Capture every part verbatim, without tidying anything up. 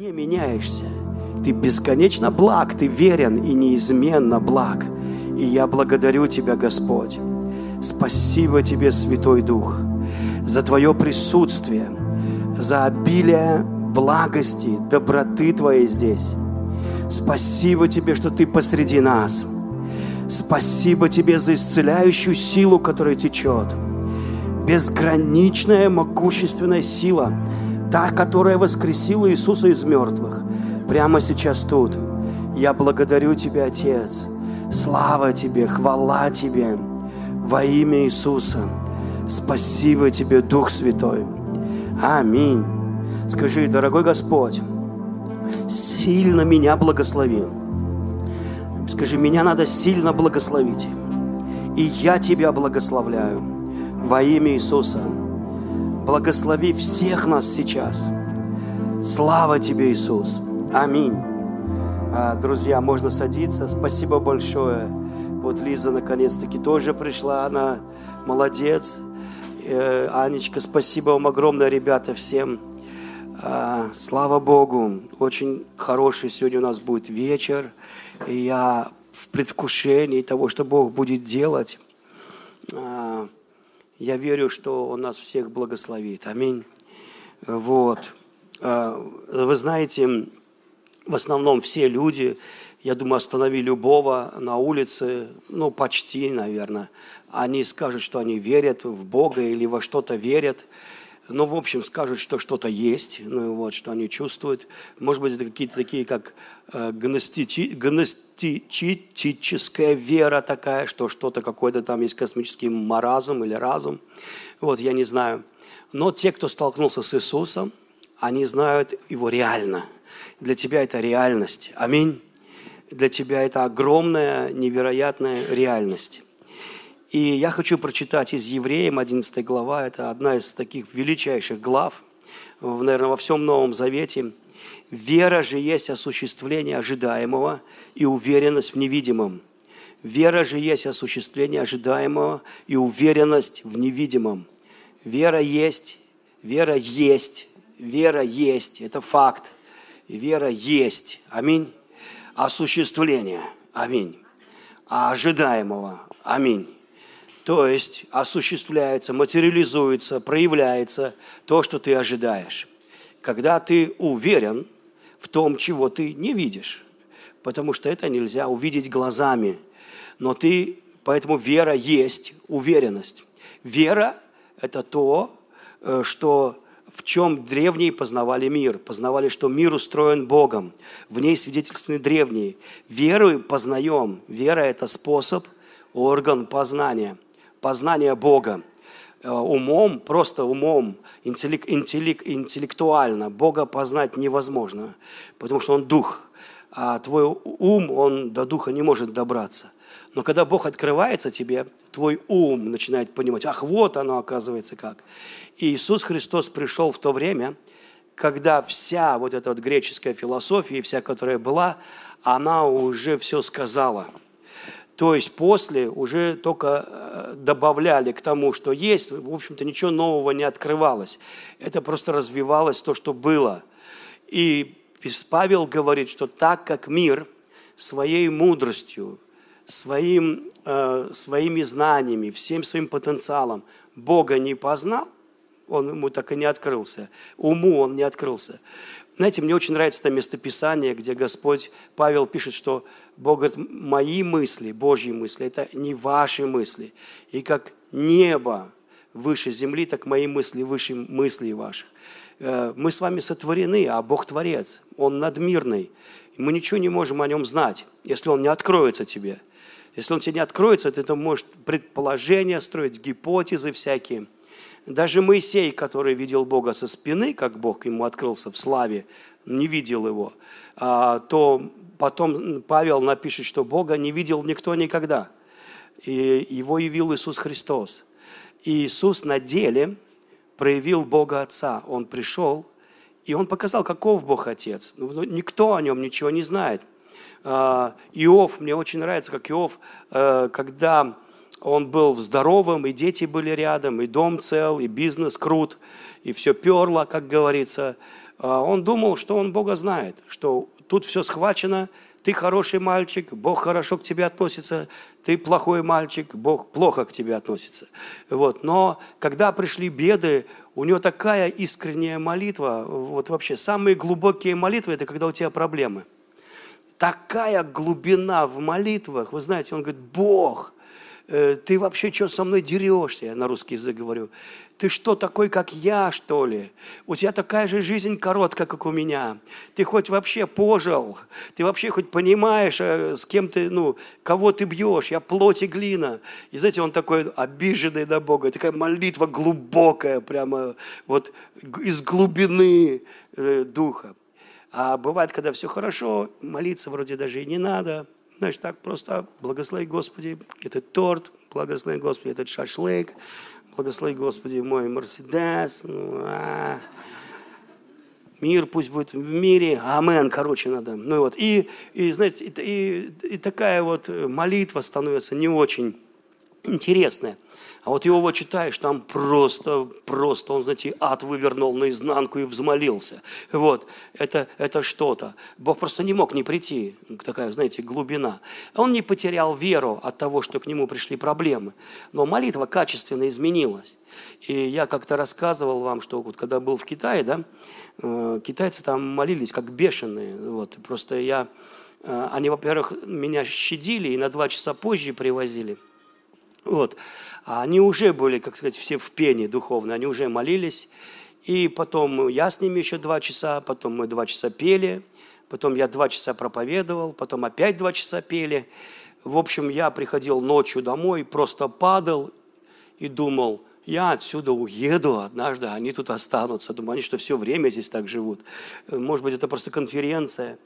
не меняешься. Ты бесконечно благ, Ты верен и неизменно благ. И я благодарю Тебя, Господь. Спасибо Тебе, Святой Дух, за Твое присутствие, за обилие благости, доброты Твоей здесь. Спасибо Тебе, что Ты посреди нас. Спасибо Тебе за исцеляющую силу, которая течет. Безграничная, могущественная сила, та, которая воскресила Иисуса из мертвых, прямо сейчас тут. Я благодарю Тебя, Отец. Слава Тебе, хвала Тебе во имя Иисуса. Спасибо Тебе, Дух Святой. Аминь. Скажи: дорогой Господь, сильно меня благослови. Скажи: меня надо сильно благословить. И я Тебя благословляю во имя Иисуса. Благослови всех нас сейчас. Слава Тебе, Иисус. Аминь. Друзья, можно садиться. Спасибо большое. Вот Лиза наконец-таки тоже пришла. Она молодец. Анечка, спасибо вам огромное, ребята, всем. Слава Богу. Очень хороший сегодня у нас будет вечер. И я в предвкушении того, что Бог будет делать. Я верю, что Он нас всех благословит. Аминь. Вот. Вы знаете, в основном все люди, я думаю, останови любого на улице, ну, почти, наверное, они скажут, что они верят в Бога или во что-то верят. Ну, в общем, скажут, что что-то есть, ну, вот, что они чувствуют. Может быть, это какие-то такие, как э, гностичи, гностическая вера такая, что что-то какой-то там есть космический маразм или разум. Вот, я не знаю. Но те, кто столкнулся с Иисусом, они знают Его реально. Для тебя это реальность. Аминь. Для тебя это огромная, невероятная реальность. И я хочу прочитать из Евреям, одиннадцатая глава, это одна из таких величайших глав, наверное, во всем Новом Завете. «Вера же есть осуществление ожидаемого и уверенность в невидимом». Вера же есть осуществление ожидаемого и уверенность в невидимом. Вера есть, вера есть, вера есть, это факт. Вера есть, аминь. Осуществление, аминь. А ожидаемого, аминь. То есть осуществляется, материализуется, проявляется то, что ты ожидаешь. Когда ты уверен в том, чего ты не видишь. Потому что это нельзя увидеть глазами. Но ты, поэтому вера есть уверенность. Вера – это то, что, в чем древние познавали мир. Познавали, что мир устроен Богом. В ней свидетельственны древние. Веру познаем. Вера – это способ, орган познания. Познание Бога. Умом, просто умом, интеллект, интеллект, интеллектуально Бога познать невозможно, потому что Он дух, а твой ум, он до духа не может добраться. Но когда Бог открывается тебе, твой ум начинает понимать: ах, вот оно оказывается как. И Иисус Христос пришел в то время, когда вся вот эта вот греческая философия, вся, которая была, она уже все сказала. То есть после уже только добавляли к тому, что есть, в общем-то ничего нового не открывалось. Это просто развивалось то, что было. И Павел говорит, что так как мир своей мудростью, своим, э, своими знаниями, всем своим потенциалом Бога не познал, он ему так и не открылся, уму он не открылся. Знаете, мне очень нравится это местописание, где Господь, Павел пишет, что Бог говорит: мои мысли, Божьи мысли, это не ваши мысли. И как небо выше земли, так мои мысли выше мыслей ваших. Мы с вами сотворены, а Бог Творец, Он надмирный. Мы ничего не можем о Нем знать, если Он не откроется тебе. Если Он тебе не откроется, ты там можешь предположения строить, гипотезы всякие. Даже Моисей, который видел Бога со спины, как Бог ему открылся в славе, не видел Его, то потом Павел напишет, что Бога не видел никто никогда. И Его явил Иисус Христос. И Иисус на деле проявил Бога Отца. Он пришел, и Он показал, каков Бог Отец. Никто о Нем ничего не знает. Иов, мне очень нравится, как Иов, когда он был здоровым, и дети были рядом, и дом цел, и бизнес крут, и все перло, как говорится. Он думал, что он Бога знает, что тут все схвачено, ты хороший мальчик, Бог хорошо к тебе относится, ты плохой мальчик, Бог плохо к тебе относится. Вот. Но когда пришли беды, у него такая искренняя молитва, вот вообще самые глубокие молитвы, это когда у тебя проблемы. Такая глубина в молитвах, вы знаете, он говорит: Бог, ты вообще что со мной дерешься? Я на русский язык говорю. Ты что, такой, как я, что ли? У тебя такая же жизнь короткая, как у меня. Ты хоть вообще пожил? Ты вообще хоть понимаешь, с кем ты, ну, кого ты бьешь? Я плоть и глина. И знаете, он такой обиженный на Бога. Такая молитва глубокая, прямо вот из глубины э, духа. А бывает, когда все хорошо, молиться вроде даже и не надо. Знаешь, так просто: благослови, Господи, этот торт, благослови, Господи, этот шашлык, благослови, Господи, мой Мерседес. Мир пусть будет в мире. Амен, короче, надо. Ну и вот. И, и знаете, и, и, и такая вот молитва становится не очень интересная. А вот его вот читаешь, там просто, просто, он, знаете, ад вывернул наизнанку и взмолился. Вот, это, это что-то. Бог просто не мог не прийти, такая, знаете, глубина. Он не потерял веру от того, что к нему пришли проблемы. Но молитва качественно изменилась. И я как-то рассказывал вам, что вот когда был в Китае, да, китайцы там молились как бешеные. Вот, просто я, они, во-первых, меня щадили и на два часа позже привозили. Вот. А они уже были, как сказать, все в пене духовной, они уже молились. И потом я с ними еще два часа, потом мы два часа пели, потом я два часа проповедовал, потом опять два часа пели. В общем, я приходил ночью домой, просто падал и думал: я отсюда уеду однажды, они тут останутся. Думаю, они что, все время здесь так живут? Может быть, это просто конференция.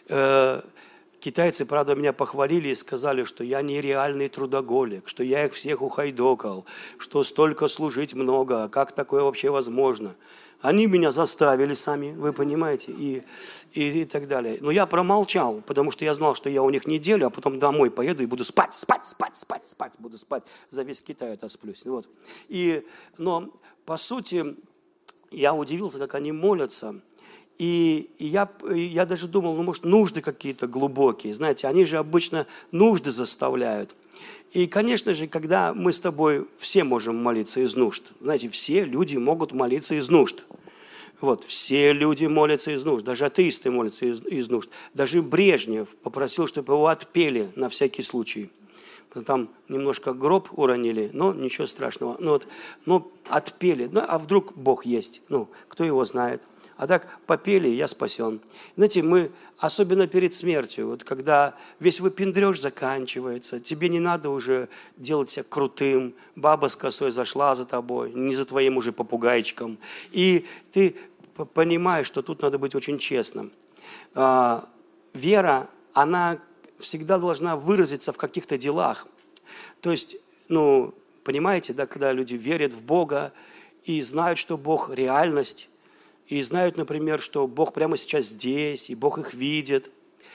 Китайцы, правда, меня похвалили и сказали, что я нереальный трудоголик, что я их всех ухайдокал, что столько служить много, а как такое вообще возможно? Они меня заставили сами, вы понимаете, и, и, и так далее. Но я промолчал, потому что я знал, что я у них неделю, а потом домой поеду и буду спать, спать, спать, спать, спать, буду спать, за весь Китай отосплюсь. Вот. И, но, по сути, я удивился, как они молятся. И, и я, я даже думал, ну, может, нужды какие-то глубокие. Знаете, они же обычно нужды заставляют. И, конечно же, когда мы с тобой все можем молиться из нужд. Знаете, все люди могут молиться из нужд. Вот, все люди молятся из нужд. Даже атеисты молятся из, из нужд. Даже Брежнев попросил, чтобы его отпели на всякий случай. Там немножко гроб уронили, но ничего страшного. Ну, вот, ну отпели. Ну, а вдруг Бог есть? Ну, кто его знает? А так попели, я спасен. Знаете, мы, особенно перед смертью, вот когда весь выпендрёж заканчивается, тебе не надо уже делать себя крутым, баба с косой зашла за тобой, не за твоим уже попугайчиком. И ты понимаешь, что тут надо быть очень честным. А, вера, она всегда должна выразиться в каких-то делах. То есть, ну, понимаете, да, когда люди верят в Бога и знают, что Бог – реальность, и знают, например, что Бог прямо сейчас здесь, и Бог их видит.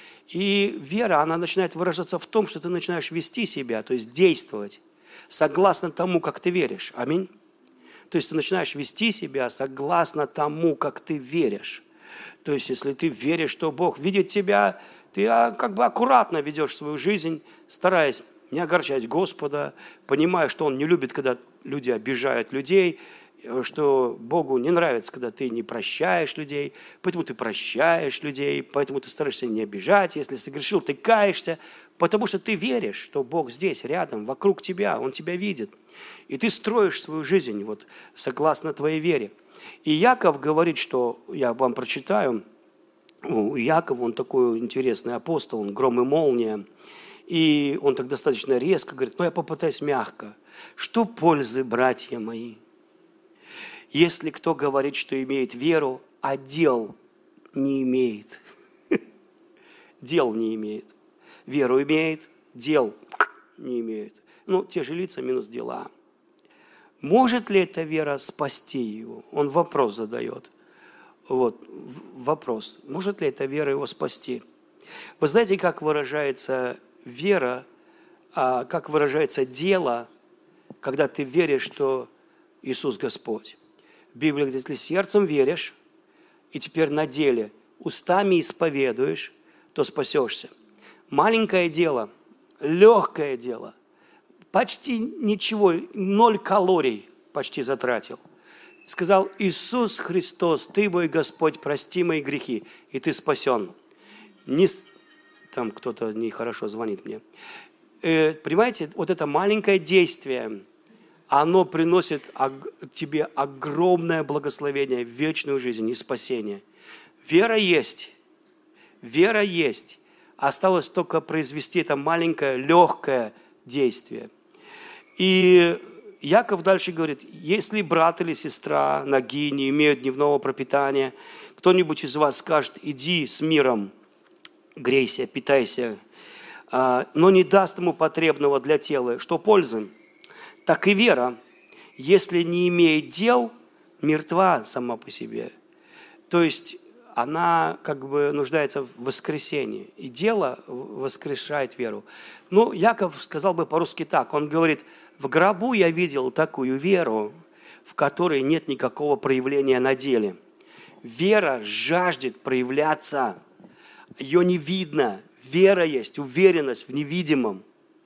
И вера, она начинает выражаться в том, что ты начинаешь вести себя, то есть действовать, согласно тому, как ты веришь. Аминь. То есть ты начинаешь вести себя согласно тому, как ты веришь. То есть если ты веришь, что Бог видит тебя, ты как бы аккуратно ведешь свою жизнь, стараясь не огорчать Господа, понимая, что Он не любит, когда люди обижают людей, что Богу не нравится, когда ты не прощаешь людей, поэтому ты прощаешь людей, поэтому ты стараешься не обижать. Если согрешил, ты каешься, потому что ты веришь, что Бог здесь, рядом, вокруг тебя, Он тебя видит. И ты строишь свою жизнь вот, согласно твоей вере. И Яков говорит, что, я вам прочитаю, у Якова, он такой интересный апостол, он гром и молния, и он так достаточно резко говорит: ну я попытаюсь мягко. Что пользы, братья мои, если кто говорит, что имеет веру, а дел не имеет? Дел не имеет. Веру имеет, дел не имеет. Ну, те же лица минус дела. Может ли эта вера спасти его? Он вопрос задает. Вот, вопрос. Может ли эта вера его спасти? Вы знаете, как выражается вера, а как выражается дело, когда ты веришь, что Иисус Господь? В Библии говорит: если сердцем веришь и теперь на деле устами исповедуешь, то спасешься. Маленькое дело, легкое дело, почти ничего, ноль калорий почти затратил. Сказал: Иисус Христос, Ты мой Господь, прости мои грехи, и ты спасен. Не... Там кто-то нехорошо звонит мне. Э, понимаете, вот это маленькое действие, оно приносит тебе огромное благословение, вечную жизнь и спасение. Вера есть, вера есть. Осталось только произвести это маленькое, легкое действие. И Яков дальше говорит: если брат или сестра ноги не имеют дневного пропитания, кто-нибудь из вас скажет: иди с миром, грейся, питайся, но не даст ему потребного для тела, что пользы? Так и вера, если не имеет дел, мертва сама по себе. То есть она как бы нуждается в воскресении. И дело воскрешает веру. Ну, Яков сказал бы по-русски так. Он говорит: в гробу я видел такую веру, в которой нет никакого проявления на деле. Вера жаждет проявляться. Ее не видно. Вера есть, уверенность в невидимом.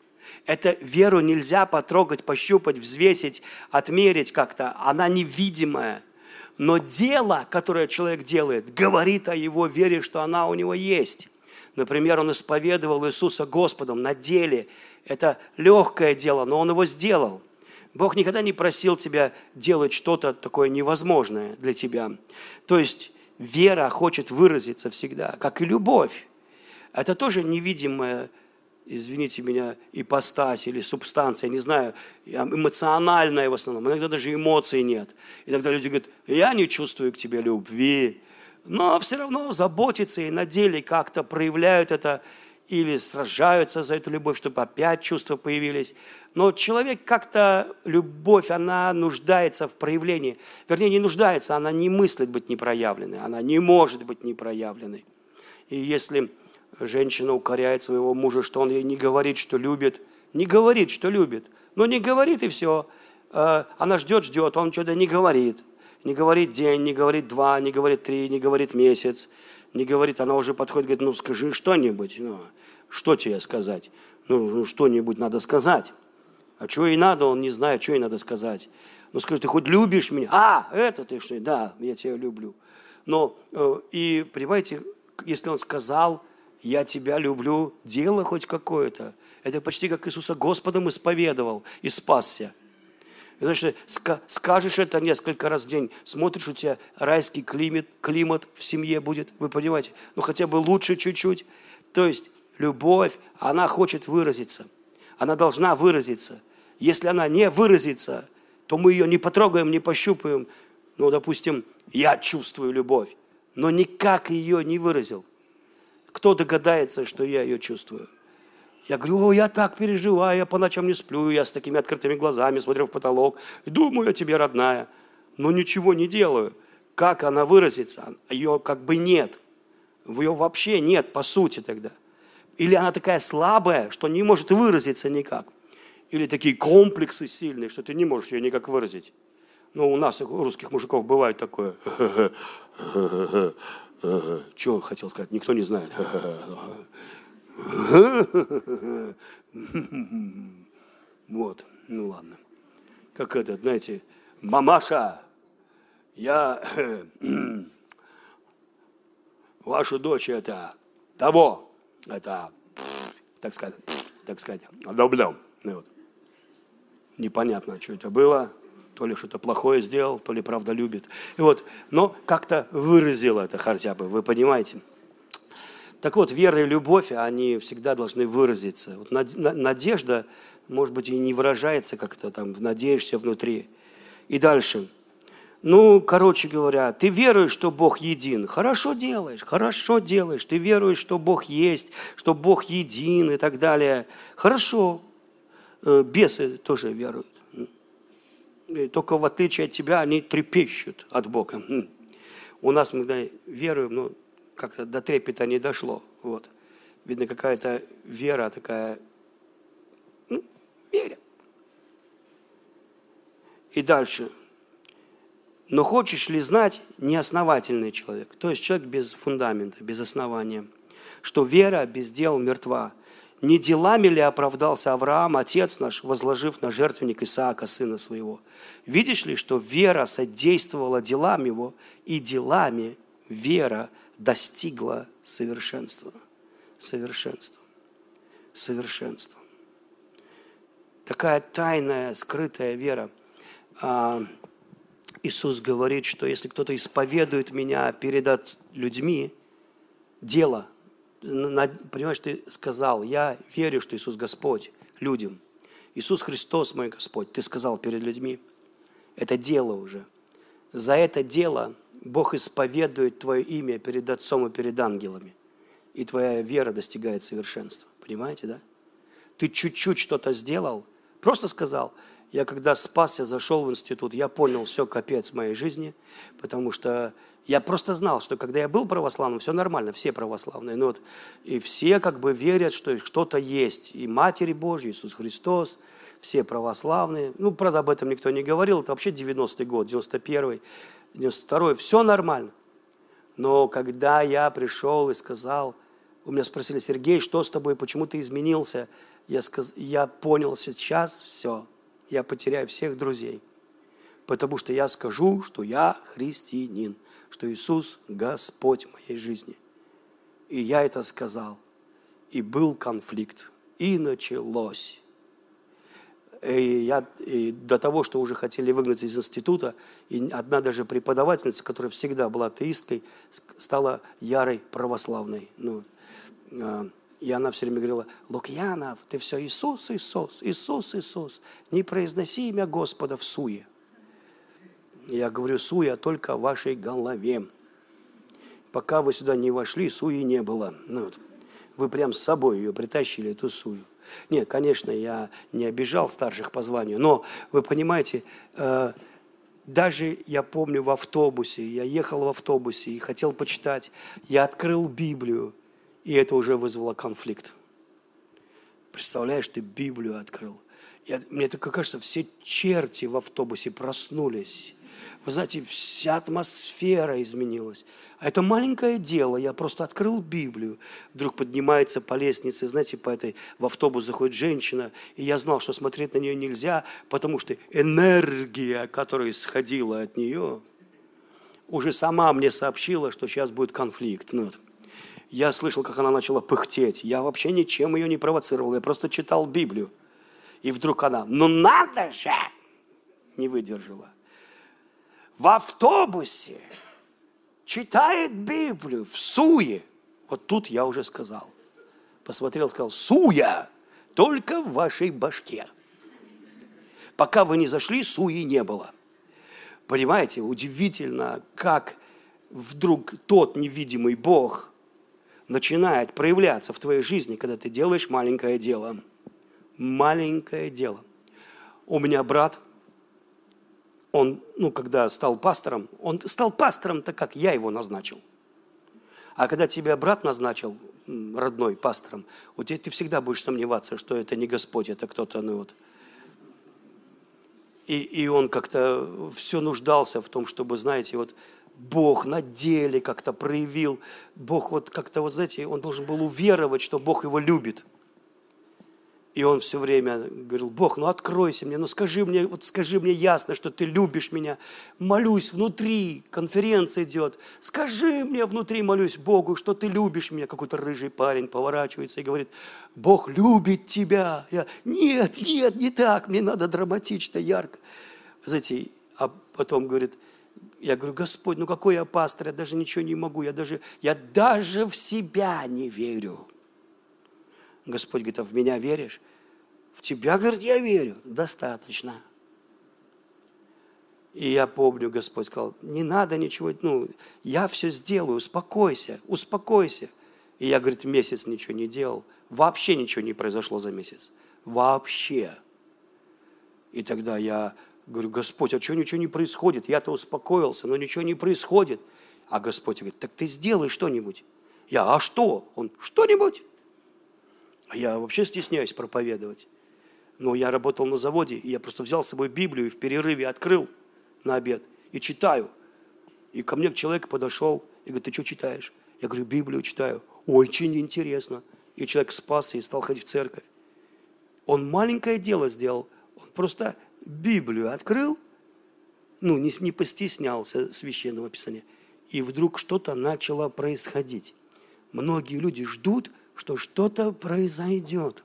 Эту веру нельзя потрогать, пощупать, взвесить, отмерить как-то. Она невидимая. Но дело, которое человек делает, говорит о его вере, что она у него есть. Например, он исповедовал Иисуса Господом на деле. Это легкое дело, но он его сделал. Бог никогда не просил тебя делать что-то такое невозможное для тебя. То есть вера хочет выразиться всегда, как и любовь. Это тоже невидимая, извините меня, ипостась или субстанция, не знаю, эмоциональная в основном. Иногда даже эмоций нет. Иногда люди говорят: я не чувствую к тебе любви. Но все равно заботятся и на деле как-то проявляют это или сражаются за эту любовь, чтобы опять чувства появились. Но человек как-то, любовь, она нуждается в проявлении. Вернее, не нуждается, она не мыслит быть непроявленной. Она не может быть непроявленной. И если женщина укоряет своего мужа, что он ей не говорит, что любит. Не говорит, что любит. Но не говорит, и все. Она ждет, ждет, он что-то не говорит. Не говорит день, не говорит два, не говорит три, не говорит месяц. Не говорит, она уже подходит, говорит: ну скажи что-нибудь. Ну, что тебе сказать? Ну, ну что-нибудь надо сказать. А что ей надо, он не знает, что ей надо сказать. Ну скажи: ты хоть любишь меня? А, это ты что? Да, я тебя люблю. Но, и понимаете, если он сказал: я тебя люблю, дело хоть какое-то. Это почти как Иисуса Господом исповедовал и спасся. Значит, скажешь это несколько раз в день, смотришь, у тебя райский климат, климат в семье будет, вы понимаете? Ну, хотя бы лучше чуть-чуть. То есть, любовь, она хочет выразиться. Она должна выразиться. Если она не выразится, то мы ее не потрогаем, не пощупаем. Ну, допустим, я чувствую любовь, но никак ее не выразил. Кто догадается, что я ее чувствую? Я говорю: о, я так переживаю, я по ночам не сплю, я с такими открытыми глазами смотрю в потолок, и думаю о тебе, родная, но ничего не делаю. Как она выразится? Ее как бы нет. Ее вообще нет, по сути тогда. Или она такая слабая, что не может выразиться никак. Или такие комплексы сильные, что ты не можешь ее никак выразить. Ну, у нас, у русских мужиков, бывает такое. Что хотел сказать? Никто не знает. Вот, ну ладно. Как это, знаете, мамаша, я вашу дочь это того, это, так сказать, так сказать, одобрял. Вот. Непонятно, что это было. То ли что-то плохое сделал, то ли правда любит. И вот, но как-то выразил это хотя бы, вы понимаете? Так вот, вера и любовь, они всегда должны выразиться. Вот надежда, может быть, и не выражается как-то там, надеешься внутри. И дальше. Ну, короче говоря, ты веруешь, что Бог един. Хорошо делаешь, хорошо делаешь. Ты веруешь, что Бог есть, что Бог един и так далее. Хорошо. Бесы тоже веруют. Только в отличие от тебя они трепещут от Бога. У нас мы когда веруем, ну, как-то до трепета не дошло. Вот. Видно, какая-то вера такая, ну, верят. И дальше. Но хочешь ли знать, неосновательный человек, то есть человек без фундамента, без основания, что вера без дел мертва. Не делами ли оправдался Авраам, отец наш, возложив на жертвенник Исаака, сына своего? Видишь ли, что вера содействовала делам его, и делами вера достигла совершенства. Совершенства. Совершенства. Такая тайная, скрытая вера. Иисус говорит, что если кто-то исповедует меня перед людьми, дело, понимаешь, ты сказал, я верю, что Иисус Господь людям. Иисус Христос мой Господь, ты сказал перед людьми. Это дело уже. За это дело Бог исповедует твое имя перед Отцом и перед ангелами. И твоя вера достигает совершенства. Понимаете, да? Ты чуть-чуть что-то сделал, просто сказал. Я когда спасся, зашел в институт, я понял, все, капец в моей жизни, потому что я просто знал, что когда я был православным, все нормально, все православные. Ну вот, и все как бы верят, что что-то есть. И Матери Божьей, Иисус Христос, все православные. Ну, правда, об этом никто не говорил. Это вообще девяностый год, девяносто первый, девяносто второй. Все нормально. Но когда я пришел и сказал, у меня спросили: Сергей, что с тобой, почему ты изменился? Я, сказ... я понял, сейчас все. Я потеряю всех друзей. Потому что я скажу, что я христианин, что Иисус Господь в моей жизни. И я это сказал. И был конфликт. И началось. И я, и до того, что уже хотели выгнать из института, и одна даже преподавательница, которая всегда была атеисткой, стала ярой православной. Ну, и она все время говорила: Лукьянов, ты все Иисус, Иисус, Иисус, Иисус. Не произноси имя Господа в суе. Я говорю: суя только в вашей голове. Пока вы сюда не вошли, суи не было. Ну, вот. Вы прям с собой ее притащили, эту сую. Нет, конечно, я не обижал старших по званию, но вы понимаете, э, даже я помню в автобусе, я ехал в автобусе и хотел почитать, я открыл Библию, и это уже вызвало конфликт. Представляешь, ты Библию открыл. Я, мне так кажется, все черти в автобусе проснулись. Вы знаете, вся атмосфера изменилась. А это маленькое дело. Я просто открыл Библию. Вдруг поднимается по лестнице, знаете, по этой, в автобус заходит женщина. И я знал, что смотреть на нее нельзя, потому что энергия, которая исходила от нее, уже сама мне сообщила, что сейчас будет конфликт. Ну, вот. Я слышал, как она начала пыхтеть. Я вообще ничем ее не провоцировал. Я просто читал Библию. И вдруг она: ну надо же! Не выдержала. В автобусе читает Библию в суе. Вот тут я уже сказал. Посмотрел, сказал: суя только в вашей башке. Пока вы не зашли, суи не было. Понимаете, удивительно, как вдруг тот невидимый Бог начинает проявляться в твоей жизни, когда ты делаешь маленькое дело. Маленькое дело. У меня брат, он, ну, когда стал пастором, он стал пастором, так как я его назначил. А когда тебя брат назначил, родной, пастором, у тебя ты всегда будешь сомневаться, что это не Господь, это кто-то, ну вот. И, и он как-то все нуждался в том, чтобы, знаете, вот Бог на деле как-то проявил. Бог вот как-то, вот знаете, он должен был уверовать, что Бог его любит. И он все время говорил: Бог, ну откройся мне, ну скажи мне, вот скажи мне ясно, что ты любишь меня. Молюсь внутри, конференция идет. Скажи мне внутри, молюсь Богу, что ты любишь меня. Какой-то рыжий парень поворачивается и говорит: Бог любит тебя. Я: нет, нет, не так, мне надо драматично, ярко. Знаете, а потом говорит, я говорю: Господь, ну какой я пастор, я даже ничего не могу, я даже, я даже в себя не верю. Господь говорит: а в меня веришь? В тебя, говорит, я верю. Достаточно. И я помню, Господь сказал: не надо ничего, ну, я все сделаю, успокойся, успокойся. И я, говорит, месяц ничего не делал. Вообще ничего не произошло за месяц. Вообще. И тогда я говорю: Господь, а что ничего не происходит? Я-то успокоился, но ничего не происходит. А Господь говорит: так ты сделай что-нибудь. Я: а что? Он: что-нибудь. Я вообще стесняюсь проповедовать. Но я работал на заводе, и я просто взял с собой Библию и в перерыве открыл на обед и читаю. И ко мне человек подошел и говорит, ты что читаешь? Я говорю, Библию читаю. Очень интересно. И человек спасся и стал ходить в церковь. Он маленькое дело сделал. Он просто Библию открыл, ну, не, не постеснялся священного писания. И вдруг что-то начало происходить. Многие люди ждут, что что-то произойдет.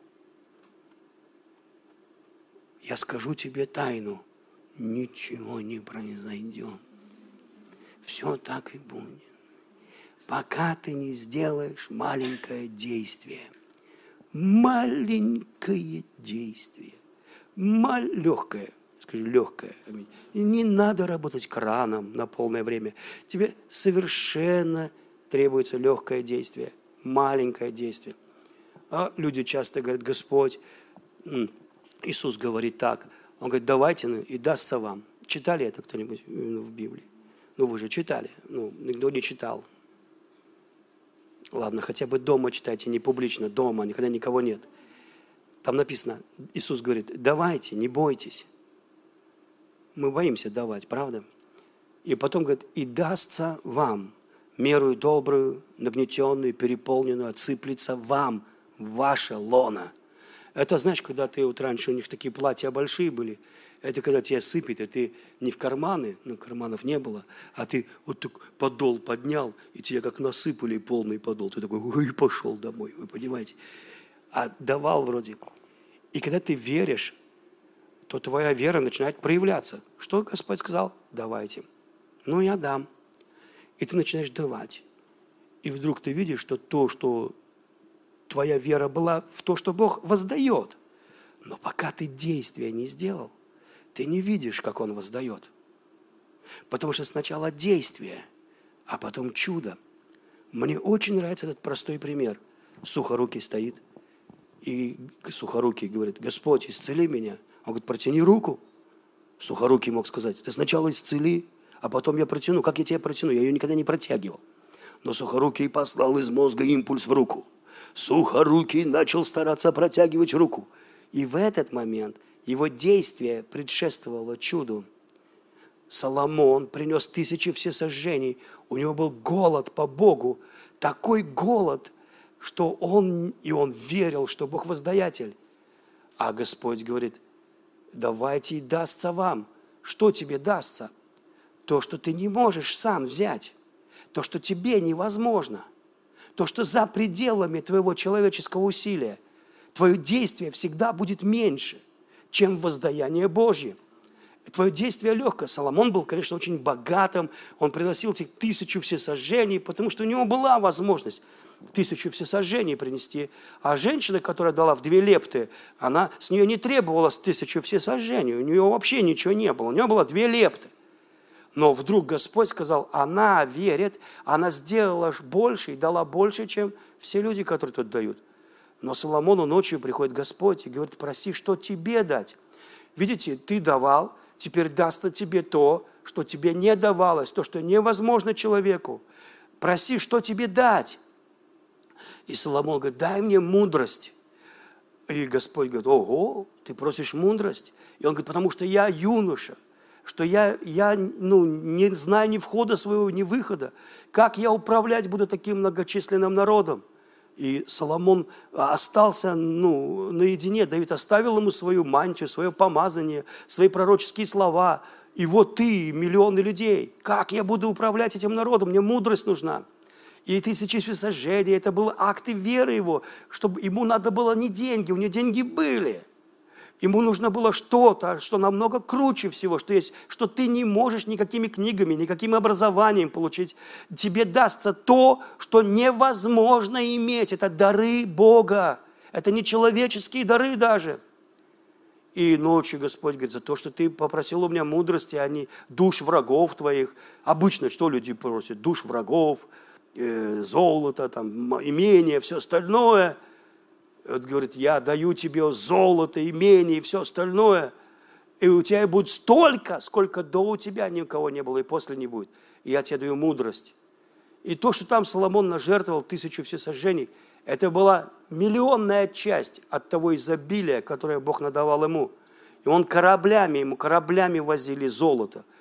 Я скажу тебе тайну. Ничего не произойдет. Все так и будет. Пока ты не сделаешь маленькое действие. Маленькое действие. Маль... Легкое. Скажи, легкое. И не надо работать краном на полное время. Тебе совершенно требуется легкое действие. Маленькое действие. А люди часто говорят, Господь, Иисус говорит так. Он говорит, давайте, ну, и дастся вам. Читали это кто-нибудь в Библии? Ну, вы же читали. Ну, никто не читал. Ладно, хотя бы дома читайте, не публично, дома, никогда никого нет. Там написано, Иисус говорит, давайте, не бойтесь. Мы боимся давать, правда? И потом говорит, и дастся вам, мерую добрую, нагнетенную, переполненную, отсыплется вам в ваше лоно. Это, знаешь, когда ты, вот раньше у них такие платья большие были, это когда тебя сыпет, и ты не в карманы, ну, карманов не было, а ты вот так подол поднял, и тебе как насыпали полный подол. Ты такой, ой, пошел домой, вы понимаете? А давал вроде. И когда ты веришь, то твоя вера начинает проявляться. Что Господь сказал? Давайте. Ну, я дам. И ты начинаешь давать. И вдруг ты видишь, что то, что твоя вера была в то, что Бог воздает. Но пока ты действия не сделал, ты не видишь, как Он воздает. Потому что сначала действие, а потом чудо. Мне очень нравится этот простой пример. Сухорукий стоит, и Сухорукий говорит, Господь, исцели меня. Он говорит, протяни руку. Сухорукий мог сказать, ты сначала исцели, а потом я протяну. Как я тебя протяну? Я ее никогда не протягивал. Но Сухорукий послал из мозга импульс в руку. Сухорукий начал стараться протягивать руку. И в этот момент его действие предшествовало чуду. Соломон принес тысячи всесожжений. У него был голод по Богу. Такой голод, что он, и он верил, что Бог воздаятель. А Господь говорит, давайте и дастся вам. Что тебе дастся? То, что ты не можешь сам взять. То, что тебе невозможно. То, что за пределами твоего человеческого усилия. Твое действие всегда будет меньше, чем воздаяние Божье. Твое действие легкое. Соломон был, конечно, очень богатым. Он приносил этих тысячу всесожжений, потому что у него была возможность тысячу всесожжений принести. А женщина, которая дала в две лепты, она, с нее не требовалось тысячу всесожжений. У нее вообще ничего не было. У нее было две лепты. Но вдруг Господь сказал, она верит, она сделала больше и дала больше, чем все люди, которые тут дают. Но Соломону ночью приходит Господь и говорит, проси, что тебе дать. Видите, ты давал, теперь дастся тебе то, что тебе не давалось, то, что невозможно человеку. Проси, что тебе дать. И Соломон говорит, дай мне мудрость. И Господь говорит, ого, ты просишь мудрость? И он говорит, потому что я юноша, что я, я ну, не знаю ни входа своего, ни выхода. Как я управлять буду таким многочисленным народом? И Соломон остался ну, наедине. Давид оставил ему свою мантию, свое помазание, свои пророческие слова. И вот ты, миллионы людей. Как я буду управлять этим народом? Мне мудрость нужна. И тысячи всесожжений, это был акт веры его, чтобы ему надо было не деньги, у него деньги были. Ему нужно было что-то, что намного круче всего, что есть, что ты не можешь никакими книгами, никаким образованием получить. Тебе дастся то, что невозможно иметь. Это дары Бога. Это не человеческие дары даже. И ночью Господь говорит, за то, что ты попросил у меня мудрости, а не душ врагов твоих. Обычно что люди просят? Душ врагов, э, золото, там, имение, все остальное. Вот говорит, я даю тебе золото, имение и все остальное, и у тебя будет столько, сколько до у тебя ни у кого не было, и после не будет. И я тебе даю мудрость. И то, что там Соломон нажертвовал тысячу всесожжений, это была миллионная часть от того изобилия, которое Бог надавал ему. И он кораблями, ему кораблями возили золото.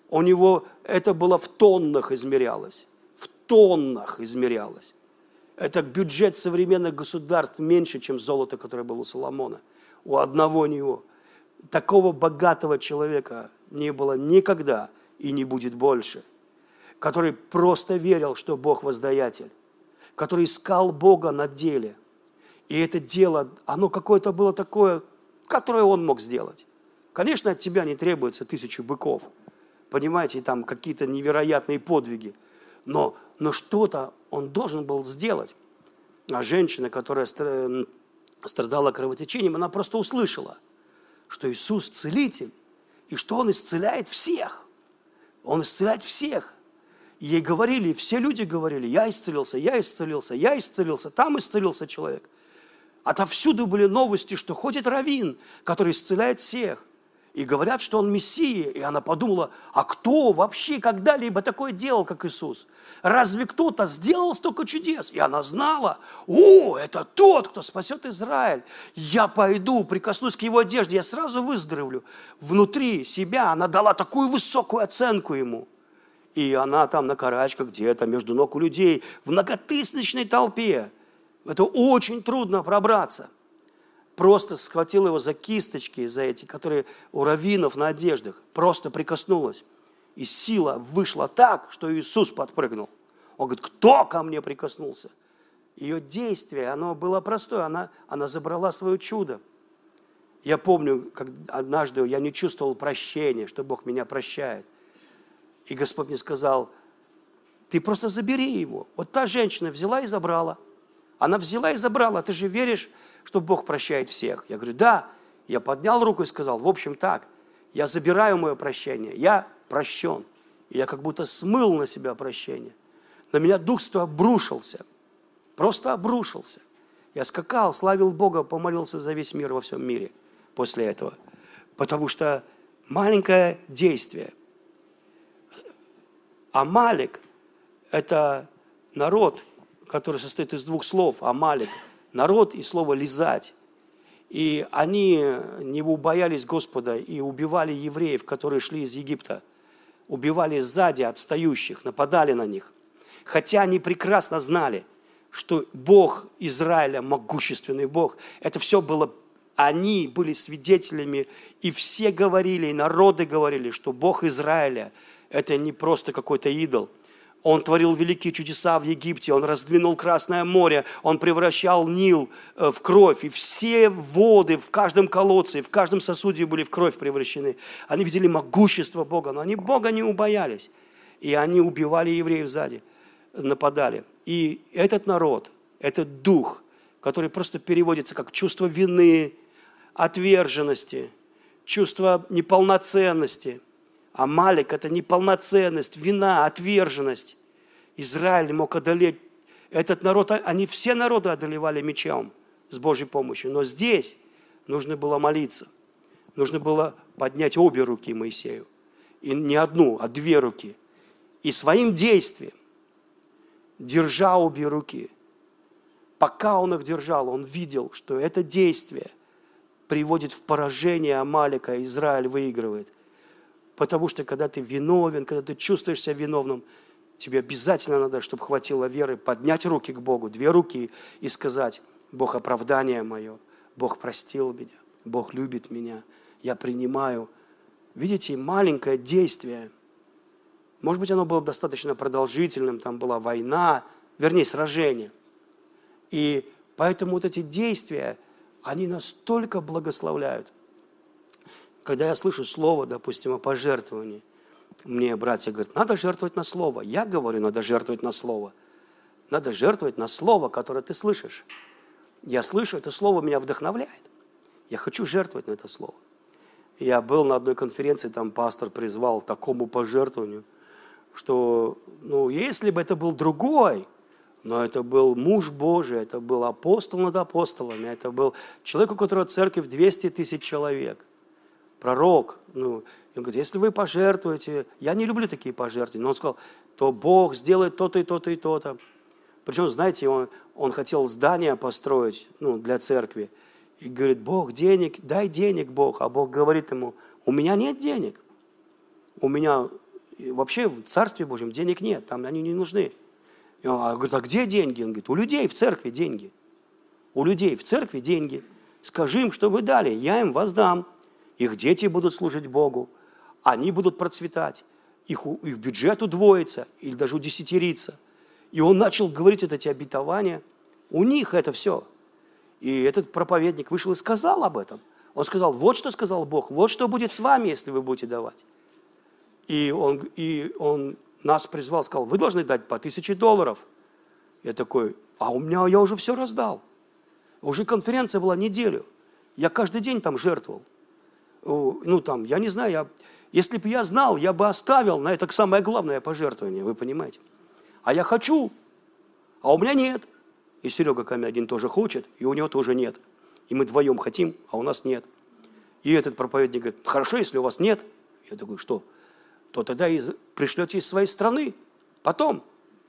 У него это было в тоннах измерялось. В тоннах измерялось. Это бюджет современных государств меньше, чем золото, которое было у Соломона. У одного него. Такого богатого человека не было никогда и не будет больше. Который просто верил, что Бог воздаятель. Который искал Бога на деле. И это дело, оно какое-то было такое, которое он мог сделать. Конечно, от тебя не требуется тысячу быков. Понимаете, и там какие-то невероятные подвиги. Но, но что-то он должен был сделать. А женщина, которая страдала кровотечением, она просто услышала, что Иисус целитель, и что Он исцеляет всех. Он исцеляет всех. И ей говорили, все люди говорили, я исцелился, я исцелился, я исцелился, там исцелился человек. Отовсюду были новости, что ходит раввин, который исцеляет всех. И говорят, что он Мессия. И она подумала, а кто вообще когда-либо такое делал, как Иисус? Разве кто-то сделал столько чудес? И она знала, о, это тот, кто спасет Израиль. Я пойду, прикоснусь к его одежде, я сразу выздоровлю. Внутри себя она дала такую высокую оценку ему. И она там на карачках где-то между ног у людей, в многотысячной толпе. Это очень трудно пробраться. Просто схватила его за кисточки, за эти, которые у раввинов на одеждах. Просто прикоснулась. И сила вышла так, что Иисус подпрыгнул. Он говорит, кто ко мне прикоснулся? Ее действие, оно было простое. Она, она забрала свое чудо. Я помню, как однажды я не чувствовал прощения, что Бог меня прощает. И Господь мне сказал, ты просто забери его. Вот та женщина взяла и забрала. Она взяла и забрала. Ты же веришь, что Бог прощает всех? Я говорю, да. Я поднял руку и сказал, в общем так, я забираю мое прощение, я прощен. И я как будто смыл на себя прощение. На меня Дух Святой обрушился. Просто обрушился. Я скакал, славил Бога, помолился за весь мир во всем мире после этого. Потому что маленькое действие. Амалик – это народ, который состоит из двух слов. Амалик – народ и слово «лизать». И они не убоялись Господа и убивали евреев, которые шли из Египта. Убивали сзади отстающих, нападали на них. Хотя они прекрасно знали, что Бог Израиля, могущественный Бог, это все было, они были свидетелями, и все говорили, и народы говорили, что Бог Израиля – это не просто какой-то идол. Он творил великие чудеса в Египте, Он раздвинул Красное море, Он превращал Нил в кровь, и все воды в каждом колодце, в каждом сосуде были в кровь превращены. Они видели могущество Бога, но они Бога не убоялись. И они убивали евреев сзади, нападали. И этот народ, этот дух, который просто переводится как чувство вины, отверженности, чувство неполноценности. Амалик – это неполноценность, вина, отверженность. Израиль мог одолеть. Этот народ, они все народы одолевали мечом с Божьей помощью. Но здесь нужно было молиться. Нужно было поднять обе руки Моисею. И не одну, а две руки. И своим действием, держа обе руки, пока он их держал, он видел, что это действие приводит в поражение Амалика, и Израиль выигрывает. Потому что когда ты виновен, когда ты чувствуешь себя виновным, тебе обязательно надо, чтобы хватило веры, поднять руки к Богу, две руки, и сказать, Бог оправдание мое, Бог простил меня, Бог любит меня, я принимаю. Видите, маленькое действие, может быть, оно было достаточно продолжительным, там была война, вернее, сражение. И поэтому вот эти действия, они настолько благословляют. Когда я слышу слово, допустим, о пожертвовании, мне братья говорят, надо жертвовать на слово. Я говорю, надо жертвовать на слово. Надо жертвовать на слово, которое ты слышишь. Я слышу, это слово меня вдохновляет. Я хочу жертвовать на это слово. Я был на одной конференции, там пастор призвал к такому пожертвованию, что, ну, если бы это был другой, но это был муж Божий, это был апостол над апостолами, это был человек, у которого церковь двести тысяч человек. Пророк, ну, он говорит, если вы пожертвуете, я не люблю такие пожертвования, но он сказал, то Бог сделает то-то и то-то и то-то. Причем, знаете, он, он хотел здание построить, ну, для церкви, и говорит, Бог, денег, дай денег, Бог, а Бог говорит ему, у меня нет денег, у меня И вообще в Царстве Божьем денег нет, там они не нужны. И он говорит, а где деньги? Он говорит, у людей в церкви деньги. У людей в церкви деньги. Скажи им, что вы дали, я им воздам. Их дети будут служить Богу, они будут процветать, их, их бюджет удвоится или даже удесятерится. И он начал говорить вот эти обетования. У них это все. И этот проповедник вышел и сказал об этом. Он сказал, вот что сказал Бог, вот что будет с вами, если вы будете давать. И он, и он нас призвал, сказал, вы должны дать по тысяче долларов. Я такой, а у меня, я уже все раздал. Уже конференция была неделю. Я каждый день там жертвовал. Ну там, я не знаю, я, если бы я знал, я бы оставил на это самое главное пожертвование, вы понимаете. А я хочу, а у меня нет. И Серега Камягин тоже хочет, и у него тоже нет. И мы вдвоем хотим, а у нас нет. И этот проповедник говорит, хорошо, если у вас нет. Я такой, что? То тогда из, пришлете из своей страны, потом.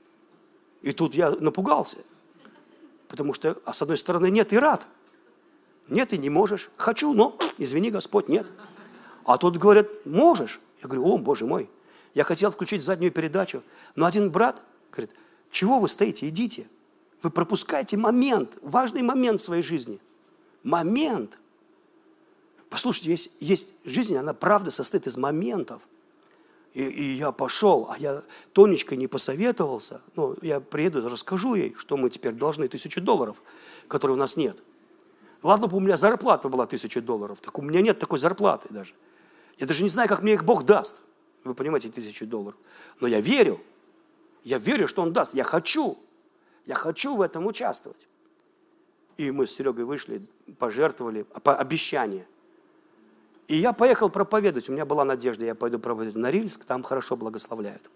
И тут я напугался. Потому что, а с одной стороны, нет и рад. Нет и не можешь. Хочу, но, извини, Господь, нет. А тут говорят, можешь. Я говорю, о, Боже мой. Я хотел включить заднюю передачу. Но один брат говорит, чего вы стоите, идите. Вы пропускаете момент, важный момент в своей жизни. Момент. Послушайте, есть, есть жизнь, она правда состоит из моментов. И, и я пошел, а я Тонечкой не посоветовался. Ну, я приеду, расскажу ей, что мы теперь должны тысячу долларов, которые у нас нет. Ладно бы у меня зарплата была тысяча долларов, так у меня нет такой зарплаты даже. Я даже не знаю, как мне их Бог даст. Вы понимаете, тысячу долларов. Но я верю. Я верю, что Он даст. Я хочу. Я хочу в этом участвовать. И мы с Серегой вышли, пожертвовали, по обещанию. И я поехал проповедовать. У меня была надежда, я пойду проповедовать в Норильск, там хорошо благословляют.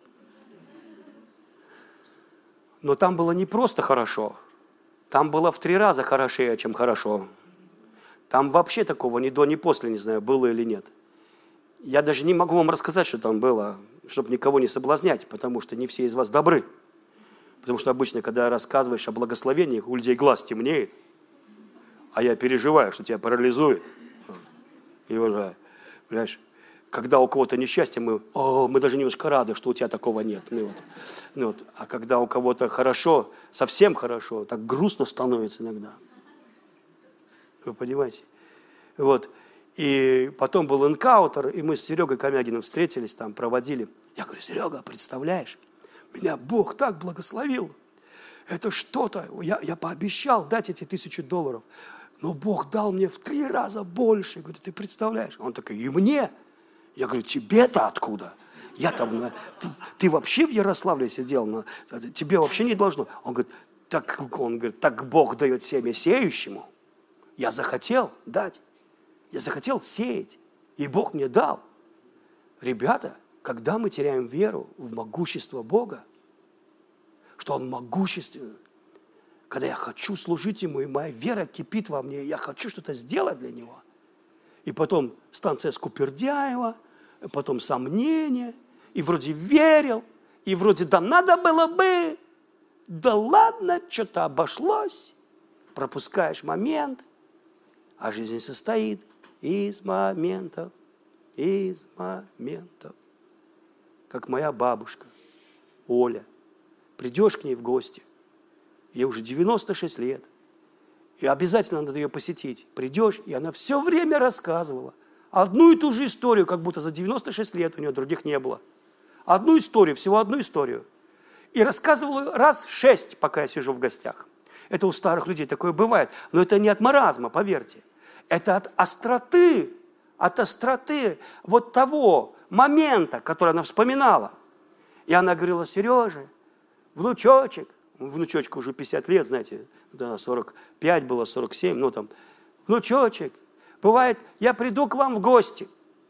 Но там было не просто хорошо. Там было в три раза хорошее, чем хорошо. Там вообще такого ни до, ни после, не знаю, было или нет. Я даже не могу вам рассказать, что там было, чтобы никого не соблазнять, потому что не все из вас добры. Потому что обычно, когда рассказываешь о благословениях, у людей глаз темнеет, а я переживаю, что тебя парализует. И уже, понимаешь, когда у кого-то несчастье, мы, о, мы даже немножко рады, что у тебя такого нет. Ну, вот. Ну, вот. А когда у кого-то хорошо, совсем хорошо, так грустно становится иногда. Вы понимаете? Вот. И потом был энкаутер, и мы с Серегой Камягиным встретились, там проводили. Я говорю, Серега, представляешь, меня Бог так благословил. Это что-то, я, я пообещал дать эти тысячи долларов, но Бог дал мне в три раза больше. Я говорю, ты представляешь? Он такой, и мне? Я говорю, тебе-то откуда? Я-то, ты, ты вообще в Ярославле сидел, на, тебе вообще не должно. Он говорит, так, он говорит, так Бог дает семя сеющему. Я захотел дать. Я захотел сеять, и Бог мне дал. Ребята, когда мы теряем веру в могущество Бога, что Он могущественный, когда я хочу служить Ему, и моя вера кипит во мне, и я хочу что-то сделать для Него, и потом станция Скупердяева, и потом сомнения, и вроде верил, и вроде да надо было бы, да ладно, что-то обошлось, пропускаешь момент, а жизнь состоит из моментов, из моментов. Как моя бабушка, Оля. Придешь к ней в гости, ей уже девяносто шесть лет, и обязательно надо ее посетить. Придешь, и она все время рассказывала одну и ту же историю, как будто за девяносто шесть лет у нее других не было. Одну историю, всего одну историю. И рассказывала раз шесть, пока я сижу в гостях. Это у старых людей такое бывает. Но это не от маразма, поверьте. Это от остроты, от остроты вот того момента, который она вспоминала. И она говорила, Сережа, внучочек, внучочку уже пятьдесят лет, знаете, сорок пять было, сорок семь, ну там, внучочек, бывает, я приду к вам в гости,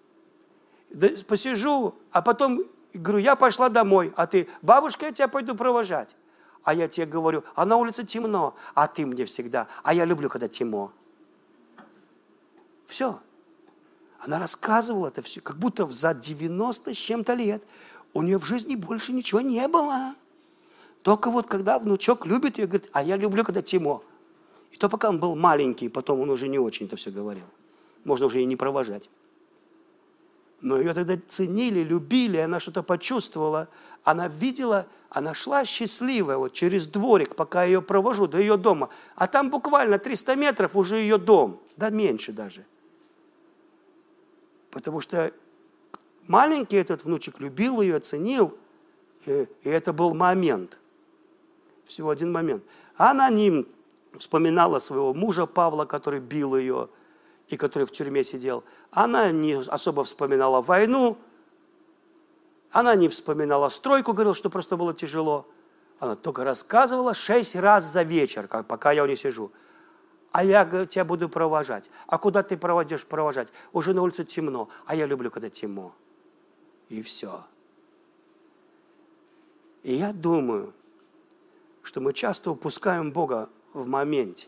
посижу, а потом говорю, я пошла домой, а ты, бабушка, я тебя пойду провожать. А я тебе говорю, а на улице темно, а ты мне всегда, а я люблю, когда темно. Все. Она рассказывала это все, как будто за девяносто с чем-то лет у нее в жизни больше ничего не было. Только вот когда внучок любит ее, говорит, а я люблю, когда темно. И то пока он был маленький, потом он уже не очень-то все говорил. Можно уже и не провожать. Но ее тогда ценили, любили, она что-то почувствовала. Она видела, она шла счастливая вот через дворик, пока я ее провожу до ее дома. А там буквально триста метров уже ее дом, да меньше даже. Потому что маленький этот внучек любил ее, ценил, и, и это был момент. Всего один момент. Она не вспоминала своего мужа Павла, который бил ее, и который в тюрьме сидел. Она не особо вспоминала войну, она не вспоминала стройку, говорила, что просто было тяжело. Она только рассказывала шесть раз за вечер, как, пока я у нее сижу. А я говорю, тебя буду провожать. А куда ты проводишь провожать? Уже на улице темно, а я люблю, когда темно. И все. И я думаю, что мы часто упускаем Бога в моменте.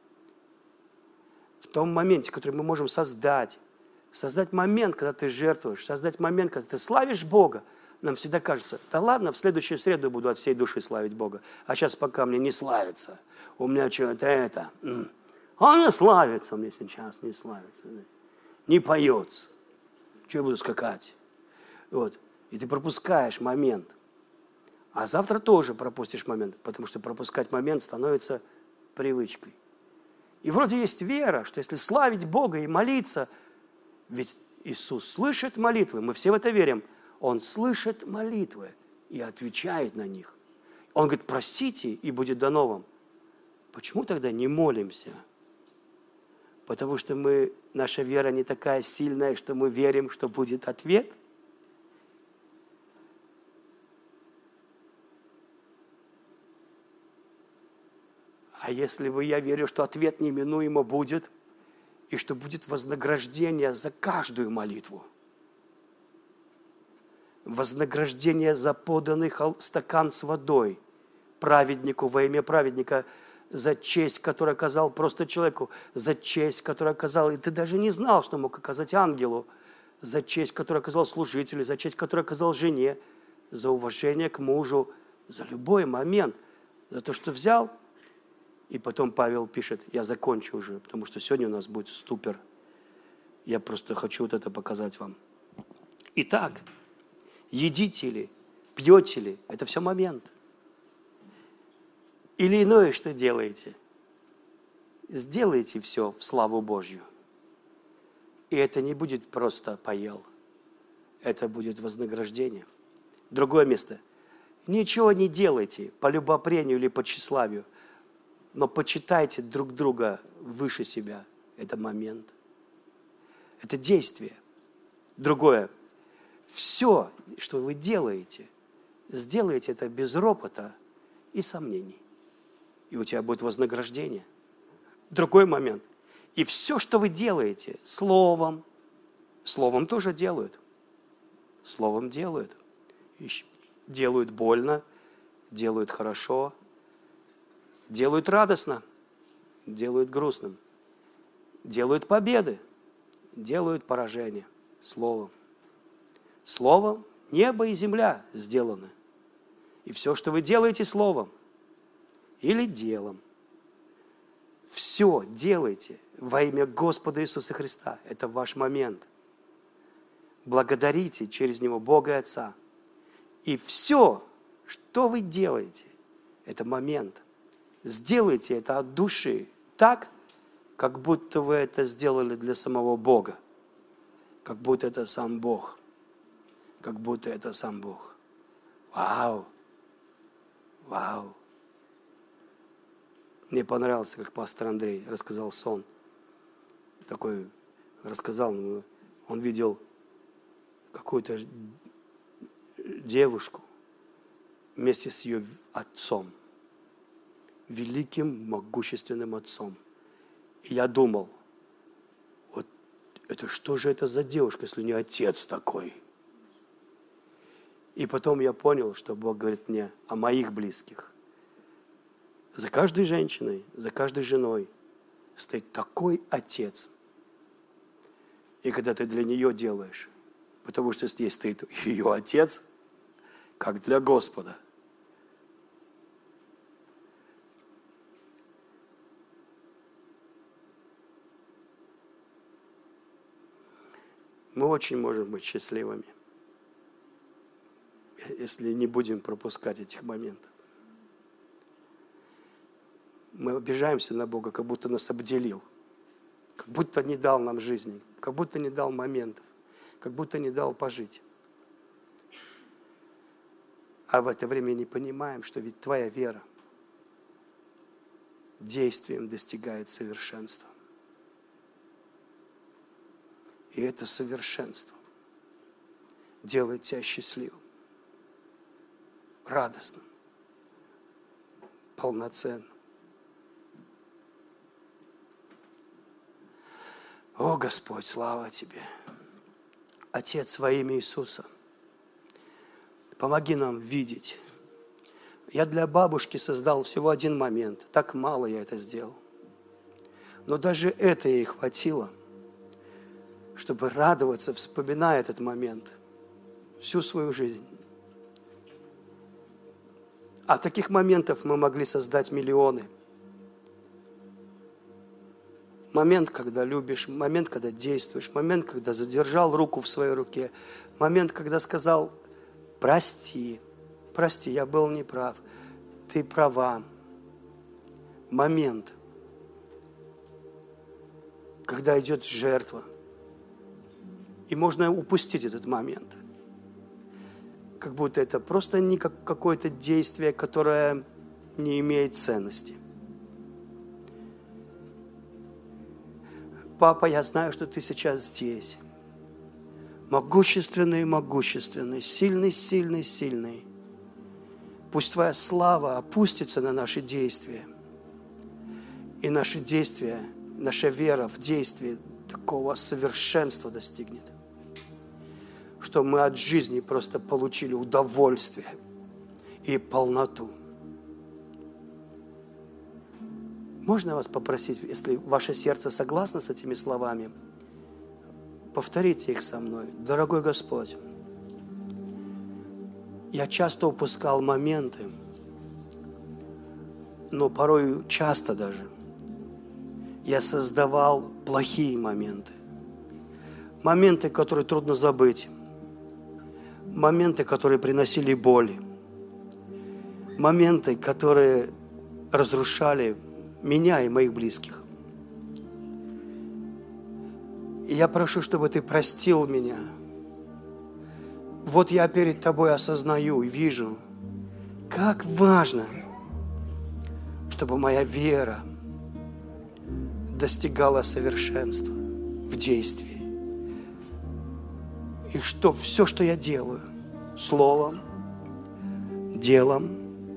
В том моменте, который мы можем создать. Создать момент, когда ты жертвуешь. Создать момент, когда ты славишь Бога. Нам всегда кажется, да ладно, в следующую среду буду от всей души славить Бога. А сейчас пока мне не славится. У меня что-то это. А не славится мне сейчас, не славится. Не поется. Что я буду скакать? Вот. И ты пропускаешь момент. А завтра тоже пропустишь момент, потому что пропускать момент становится привычкой. И вроде есть вера, что если славить Бога и молиться, ведь Иисус слышит молитвы, мы все в это верим, Он слышит молитвы и отвечает на них. Он говорит, просите, и будет дано вам. Почему тогда не молимся? Потому что мы, наша вера не такая сильная, что мы верим, что будет ответ. А если бы я верю, что ответ неминуемо будет, и что будет вознаграждение за каждую молитву, вознаграждение за поданный стакан с водой праведнику во имя праведника, за честь, которую оказал просто человеку, за честь, которую оказал, и ты даже не знал, что мог оказать ангелу, за честь, которую оказал служителю, за честь, которую оказал жене, за уважение к мужу, за любой момент, за то, что взял. И потом Павел пишет, я закончу уже, потому что сегодня у нас будет ступер. Я просто хочу вот это показать вам. Итак, едите ли, пьете ли, это все момент. Или иное, что делаете. Сделайте все в славу Божью. И это не будет просто поел. Это будет вознаграждение. Другое место. Ничего не делайте по любопрению или по тщеславию. Но почитайте друг друга выше себя. Это момент. Это действие. Другое. Все, что вы делаете, сделайте это без ропота и сомнений. И у тебя будет вознаграждение. Другой момент. И все, что вы делаете, словом, словом тоже делают. Словом делают. Делают больно, делают хорошо, делают радостно, делают грустным, делают победы, делают поражения словом. Словом небо и земля сделаны. И все, что вы делаете словом или делом, все делайте во имя Господа Иисуса Христа. Это ваш момент. Благодарите через Него Бога и Отца. И все, что вы делаете, это момент. Сделайте это от души так, как будто вы это сделали для самого Бога. Как будто это сам Бог. Как будто это сам Бог. Вау! Вау! Мне понравился, как пастор Андрей рассказал сон. Такой рассказал, он видел какую-то девушку вместе с ее отцом. Великим, могущественным отцом. И я думал, вот это что же это за девушка, если у нее отец такой? И потом я понял, что Бог говорит мне о моих близких. За каждой женщиной, за каждой женой стоит такой отец. И когда ты для нее делаешь, потому что здесь стоит ее отец, как для Господа. Мы очень можем быть счастливыми, если не будем пропускать этих моментов. Мы обижаемся на Бога, как будто нас обделил, как будто не дал нам жизни, как будто не дал моментов, как будто не дал пожить. А в это время не понимаем, что ведь твоя вера действием достигает совершенства. И это совершенство делает тебя счастливым, радостным, полноценным. О, Господь, слава Тебе! Отец, во имя Иисуса, помоги нам видеть. Я для бабушки создал всего один момент. Так мало я это сделал. Но даже это ей хватило, чтобы радоваться, вспоминая этот момент всю свою жизнь. А таких моментов мы могли создать миллионы. Момент, когда любишь, момент, когда действуешь, момент, когда задержал руку в своей руке, момент, когда сказал: прости, прости, я был неправ, ты права. Момент, когда идет жертва. И можно упустить этот момент. Как будто это просто не как какое-то действие, которое не имеет ценности. Папа, я знаю, что ты сейчас здесь. Могущественный, могущественный, сильный, сильный, сильный. Пусть Твоя слава опустится на наши действия. И наши действия, наша вера в действии такого совершенства достигнет, что мы от жизни просто получили удовольствие и полноту. Можно вас попросить, если ваше сердце согласно с этими словами, повторите их со мной. Дорогой Господь, я часто упускал моменты, но порой часто даже я создавал плохие моменты. Моменты, которые трудно забыть. Моменты, которые приносили боль. Моменты, которые разрушали меня и моих близких. И я прошу, чтобы Ты простил меня. Вот я перед Тобой осознаю и вижу, как важно, чтобы моя вера достигала совершенства в действии. И что все, что я делаю, словом, делом,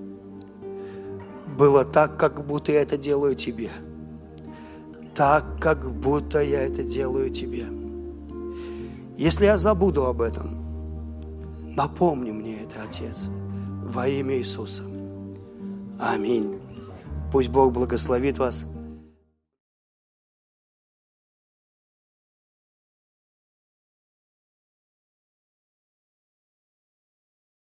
было так, как будто я это делаю Тебе. Так, как будто я это делаю Тебе. Если я забуду об этом, напомни мне это, Отец, во имя Иисуса. Аминь. Пусть Бог благословит вас.